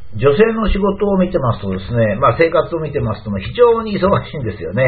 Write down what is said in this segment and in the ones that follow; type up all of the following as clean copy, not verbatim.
女性の仕事を見てますとですね、生活を見てますと非常に忙しいんですよね。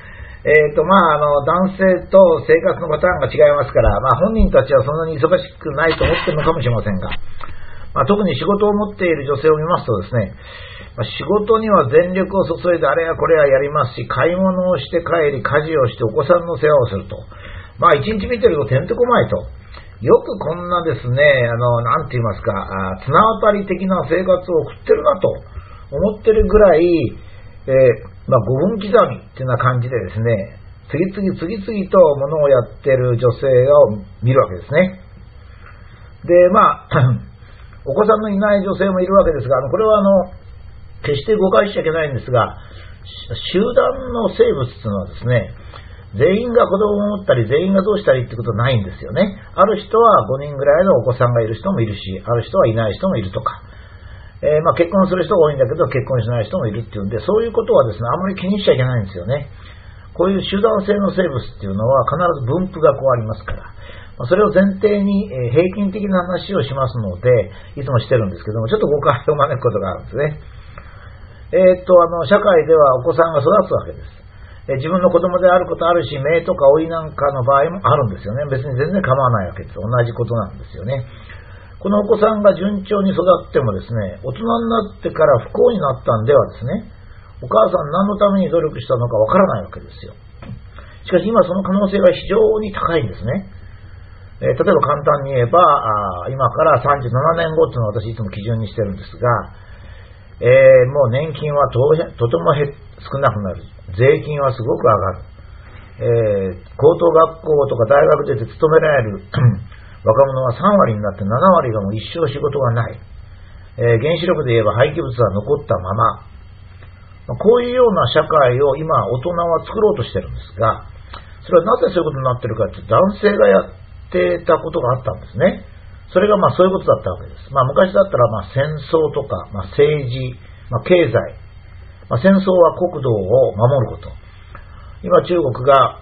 男性と生活のパターンが違いますから、本人たちはそんなに忙しくないと思っているのかもしれませんが、特に仕事を持っている女性を見ますとですね、仕事には全力を注いであれやこれややりますし、買い物をして帰り、家事をしてお子さんの世話をすると。一日見てるとてんてこまいと。よくこんなですね、なんて言いますか、綱渡り的な生活を送ってるなと思ってるぐらい、5分刻みっていうような感じでですね、次々と物をやってる女性を見るわけですね。で、お子さんのいない女性もいるわけですが、これは決して誤解しちゃいけないんですが、集団の生物というのはですね、全員が子供を持ったり全員がどうしたりってことはないんですよね。ある人は5人ぐらいのお子さんがいる人もいるし、ある人はいない人もいるとか、結婚する人が多いんだけど結婚しない人もいるっていうんで、そういうことはですね、あまり気にしちゃいけないんですよね。こういう集団性の生物っていうのは必ず分布がこうありますから、それを前提に平均的な話をしますので、いつもしてるんですけども、ちょっと誤解を招くことがあるんですね。社会ではお子さんが育つわけです。自分の子供であることあるし、姪とか甥なんかの場合もあるんですよね。別に全然構わないわけです。同じことなんですよね。このお子さんが順調に育ってもですね、大人になってから不幸になったんではですね、お母さん何のために努力したのかわからないわけですよ。しかし今その可能性が非常に高いんですね。例えば簡単に言えば、今から37年後というのを私いつも基準にしてるんですが、もう年金はとても少なくなる。税金はすごく上がる。高等学校とか大学出て勤められる若者は3割になって7割がもう一生仕事がない。原子力で言えば廃棄物は残ったまま。こういうような社会を今大人は作ろうとしてるんですが、それはなぜそういうことになってるかというと、男性がやってたことがあったんですね。それがそういうことだったわけです。昔だったら戦争とか、政治、経済、戦争は国土を守ること。今中国が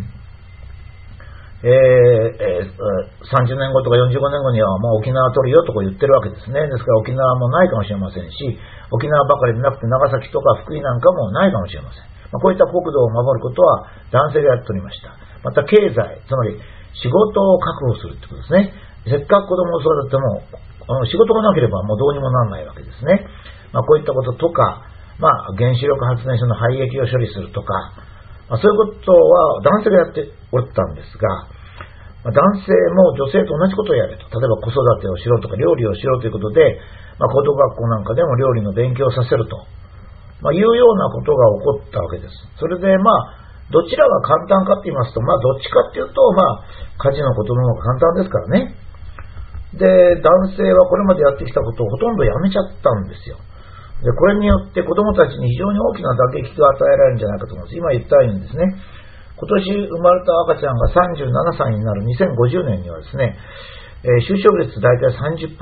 30年後とか45年後にはもう沖縄取るよとか言ってるわけですね。ですから沖縄もないかもしれませんし、沖縄ばかりでなくて長崎とか福井なんかもないかもしれません。こういった国土を守ることは男性がやっておりました。また経済、つまり仕事を確保するってことですね。せっかく子供を育てても仕事がなければもうどうにもならないわけですね。こういったこととか、原子力発電所の廃液を処理するとか、そういうことは男性がやっておったんですが、男性も女性と同じことをやれと。例えば子育てをしろとか料理をしろということで、高等学校なんかでも料理の勉強をさせると、いうようなことが起こったわけです。それでどちらが簡単かって言いますと、どっちかっていうと、家事のことの方が簡単ですからね。で、男性はこれまでやってきたことをほとんどやめちゃったんですよ。で、これによって子供たちに非常に大きな打撃が与えられるんじゃないかと思います。今言ったようにですね、今年生まれた赤ちゃんが37歳になる2050年にはですね、就職率大体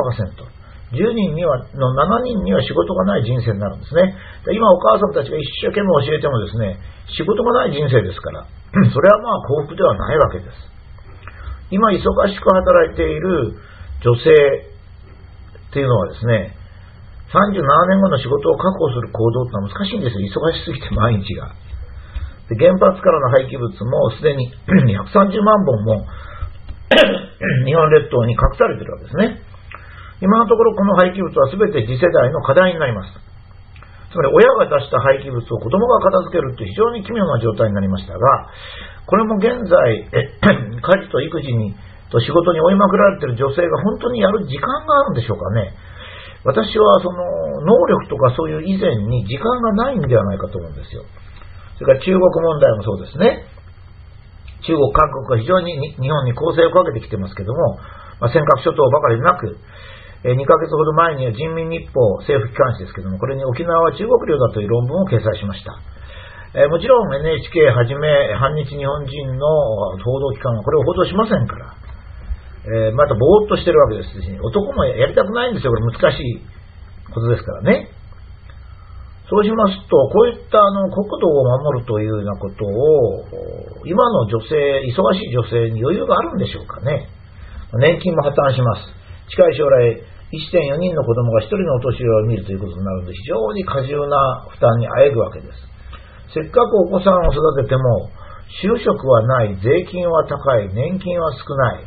30%。10人にはの7人には仕事がない人生になるんですね。で今お母さんたちが一生懸命教えてもですね、仕事がない人生ですから、それは幸福ではないわけです。今忙しく働いている女性っていうのはですね、37年後の仕事を確保する行動ってのは難しいんですよ。忙しすぎて毎日が。で原発からの廃棄物もすでに130万本も日本列島に隠されているわけですね。今のところこの廃棄物は全て次世代の課題になります。つまり親が出した廃棄物を子供が片付けるという非常に奇妙な状態になりましたが、これも現在家事と育児と仕事に追いまくられている女性が本当にやる時間があるんでしょうかね。私はその能力とかそういう以前に時間がないんではないかと思うんですよ。それから中国問題もそうですね。中国、韓国が非常に日本に攻勢をかけてきてますけども、尖閣諸島ばかりなく、2ヶ月ほど前には人民日報政府機関紙ですけども、これに沖縄は中国領だという論文を掲載しました。もちろん NHK はじめ反日日本人の報道機関はこれを報道しませんから、またぼーっとしてるわけですし、男もやりたくないんですよ。これ難しいことですからね。そうしますと、こういった国土を守るというようなことを今の女性、忙しい女性に余裕があるんでしょうかね。年金も破綻します。近い将来 1.4 人の子供が1人のお年寄りを見るということになるので、非常に過重な負担にあえぐわけです。せっかくお子さんを育てても、就職はない、税金は高い、年金は少ない、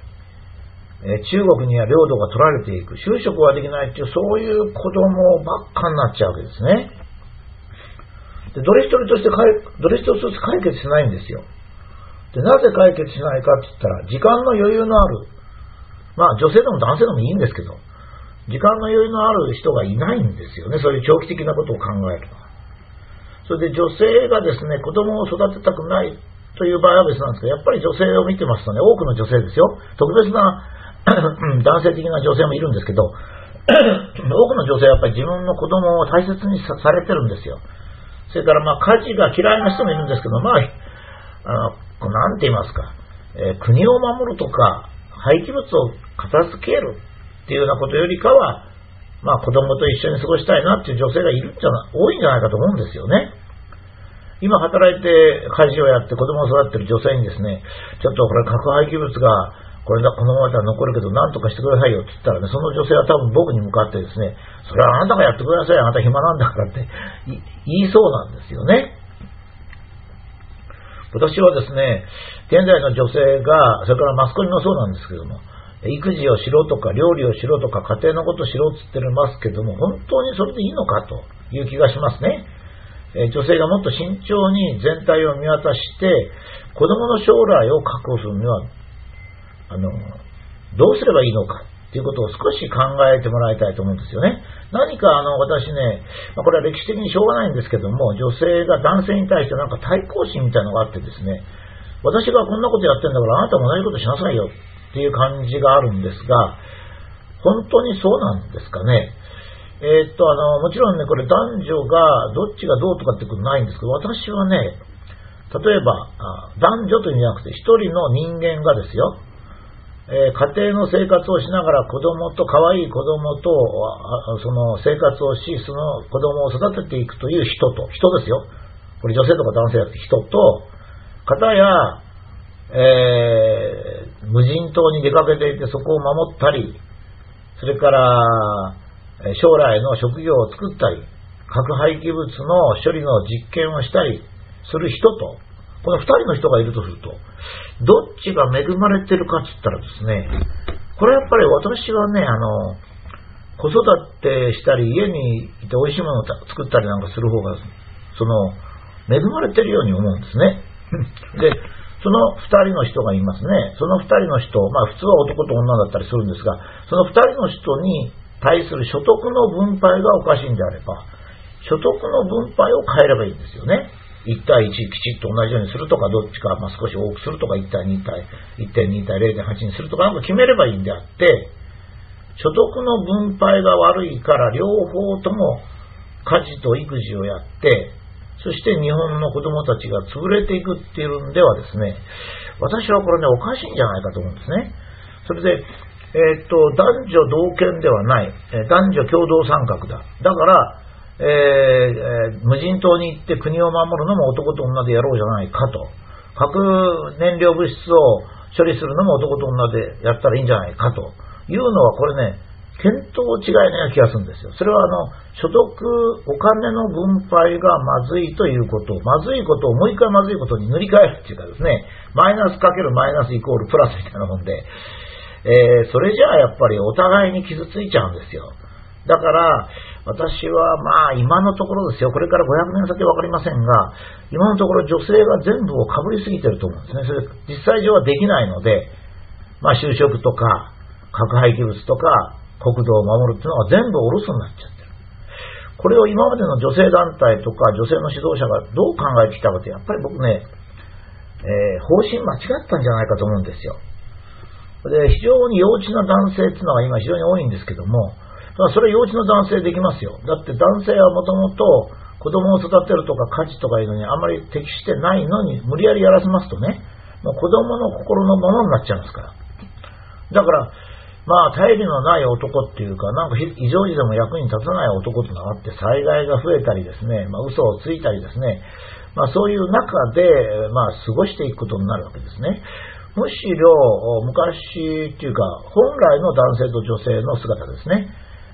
中国には領土が取られていく、就職はできないっていう、そういう子供ばっかになっちゃうわけですね。で、どれ一つとして解決しないんですよ。で、なぜ解決しないかって言ったら、時間の余裕のある、女性でも男性でもいいんですけど、時間の余裕のある人がいないんですよね。そういう長期的なことを考えると。それで女性がですね、子供を育てたくないという場合は別なんですけど、やっぱり女性を見てますとね、多くの女性ですよ。特別な男性的な女性もいるんですけど、多くの女性はやっぱり自分の子供を大切にされてるんですよ。それから家事が嫌いな人もいるんですけど、なんて言いますか、国を守るとか、廃棄物を片付けるっていうようなことよりかは、子供と一緒に過ごしたいなっていう女性が多いんじゃないかと思うんですよね。今働いて家事をやって子供を育ててる女性にですね、ちょっとこれ核廃棄物がこのままでは残るけど何とかしてくださいよって言ったらね、その女性は多分僕に向かってですね、それはあなたがやってください、あなた暇なんだからって言いそうなんですよね。私はですね、現在の女性が、それからマスコミもそうなんですけども、育児をしろとか料理をしろとか家庭のことをしろって言ってますけども、本当にそれでいいのかという気がしますね。女性がもっと慎重に全体を見渡して子供の将来を確保するにはどうすればいいのかということを少し考えてもらいたいと思うんですよね。何か私ね、これは歴史的にしょうがないんですけども、女性が男性に対して対抗心みたいなのがあってですね、私がこんなことやってんだからあなたも同じことしなさいよっていう感じがあるんですが、本当にそうなんですかね。もちろんね、これ男女がどっちがどうとかってことないんですけど、私はね、例えば男女というんじゃなくて一人の人間がですよ、家庭の生活をしながら可愛い子供とその生活をし、その子供を育てていくという人ですよ。これ女性とか男性じゃなくて人と、片や、無人島に出かけていてそこを守ったり、それから将来の職業を作ったり、核廃棄物の処理の実験をしたりする人と、この2人の人がいるとすると、どっちが恵まれてるかって言ったらですね、これやっぱり私はね、子育てしたり家にいて美味しいものを作ったりなんかする方が恵まれてるように思うんですね。で、その2人の人がいますね。その2人の人、普通は男と女だったりするんですが、その2人の人に対する所得の分配がおかしいんであれば、所得の分配を変えればいいんですよね。1対1きちっと同じようにするとか、どっちか少し多くするとか、1対2対 1.2 対 0.8 にするとか決めればいいんであって、所得の分配が悪いから両方とも家事と育児をやって、そして日本の子供たちが潰れていくっていうんではですね、私はこれね、おかしいんじゃないかと思うんですね。それで、男女同権ではない、男女共同参画だ。だから、無人島に行って国を守るのも男と女でやろうじゃないかと。核燃料物質を処理するのも男と女でやったらいいんじゃないかというのは、これね、見当違いのような気がするんですよ。それは所得、お金の分配がまずいということ、まずいことをもう一回まずいことに塗り替えるっていうかですね、マイナスかけるマイナスイコールプラスみたいなもんで、それじゃあやっぱりお互いに傷ついちゃうんですよ。だから私は今のところですよ、これから500年先は分かりませんが、今のところ女性が全部をかぶりすぎてると思うんですね。それ実際上はできないので、就職とか核廃棄物とか国土を守るっていうのは全部お留守になっちゃってる。これを今までの女性団体とか女性の指導者がどう考えてきたかって、やっぱり僕ね、方針間違ったんじゃないかと思うんですよ。で、非常に幼稚な男性っていうのが今非常に多いんですけども、それ幼稚な男性できますよ。だって男性はもともと子供を育てるとか家事とかいうのにあまり適してないのに無理やりやらせますとね、もう子供の心のままになっちゃいますから。だから頼りのない男っていうか、異常時でも役に立たない男となって災害が増えたりですね、嘘をついたりですね、そういう中で過ごしていくことになるわけですね。むしろ昔っていうか本来の男性と女性の姿ですね。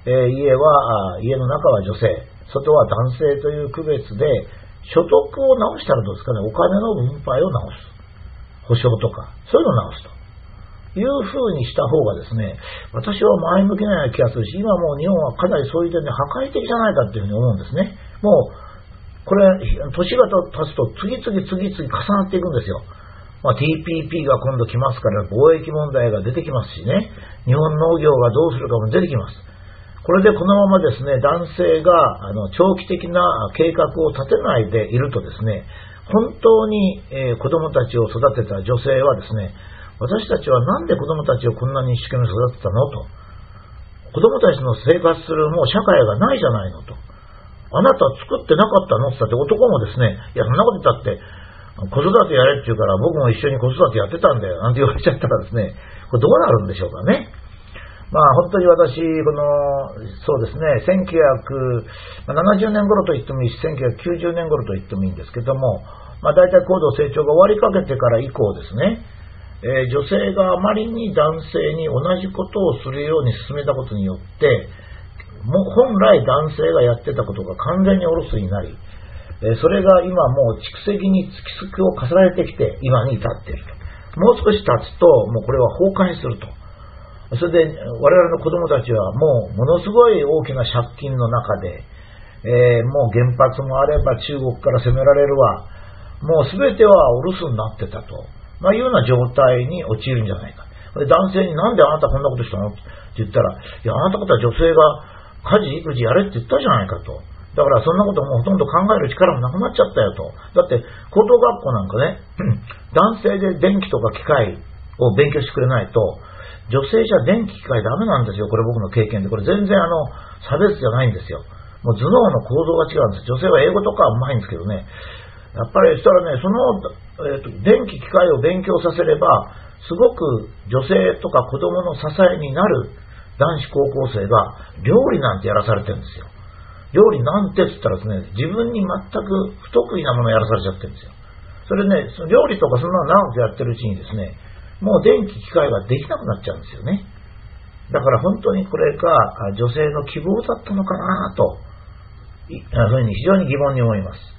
家の中は女性、外は男性という区別で、所得を直したらどうですかね、お金の分配を直す。保障とか、そういうのを直すと。いう風にした方がですね、私は前向きなような気がするし、今もう日本はかなりそういう点で破壊的じゃないかっていうふうに思うんですね。もう、これ、年が経つと次々重なっていくんですよ。TPP が今度来ますから貿易問題が出てきますしね、日本農業がどうするかも出てきます。これでこのままですね、男性が長期的な計画を立てないでいるとですね、本当に子供たちを育てた女性はですね、私たちはなんで子供たちをこんなに一生懸命育てたのと。子供たちの生活するもう社会がないじゃないのと。あなた作ってなかったのって言ったって男もですね、いやそんなこと言ったって子育てやれって言うから僕も一緒に子育てやってたんだよなんて言われちゃったらですね、これどうなるんでしょうかね。本当に私、そうですね、1970年頃と言ってもいいし、1990年頃と言ってもいいんですけども、大体高度成長が終わりかけてから以降ですね、女性があまりに男性に同じことをするように進めたことによって、本来男性がやってたことが完全におろすになり、それが今もう蓄積に蓄積を重ねてきて今に至っていると。もう少し経つともうこれは崩壊すると。それで我々の子供たちはものすごい大きな借金の中で、もう原発もあれば中国から攻められるわ、もう全てはお留守になってたと、いうような状態に陥るんじゃないか。で男性になんであなたこんなことしたのって言ったら、いやあなた方は女性が家事育児やれって言ったじゃないかと。だからそんなこともうほとんど考える力もなくなっちゃったよと。だって高等学校なんかね、男性で電気とか機械を勉強してくれないと、女性じゃ電気機械ダメなんですよ。これ僕の経験で。これ全然差別じゃないんですよ。もう頭脳の構造が違うんです。女性は英語とかはうまいんですけどね。やっぱりしたらね、その、電気機械を勉強させれば、すごく女性とか子供の支えになる男子高校生が料理なんてやらされてるんですよ。料理なんてって言ったらですね、自分に全く不得意なものをやらされちゃってるんですよ。それね、その料理とかそんなの長くやってるうちにですね、もう電気機械ができなくなっちゃうんですよね。だから本当にこれが女性の希望だったのかなと、そういうふうに非常に疑問に思います。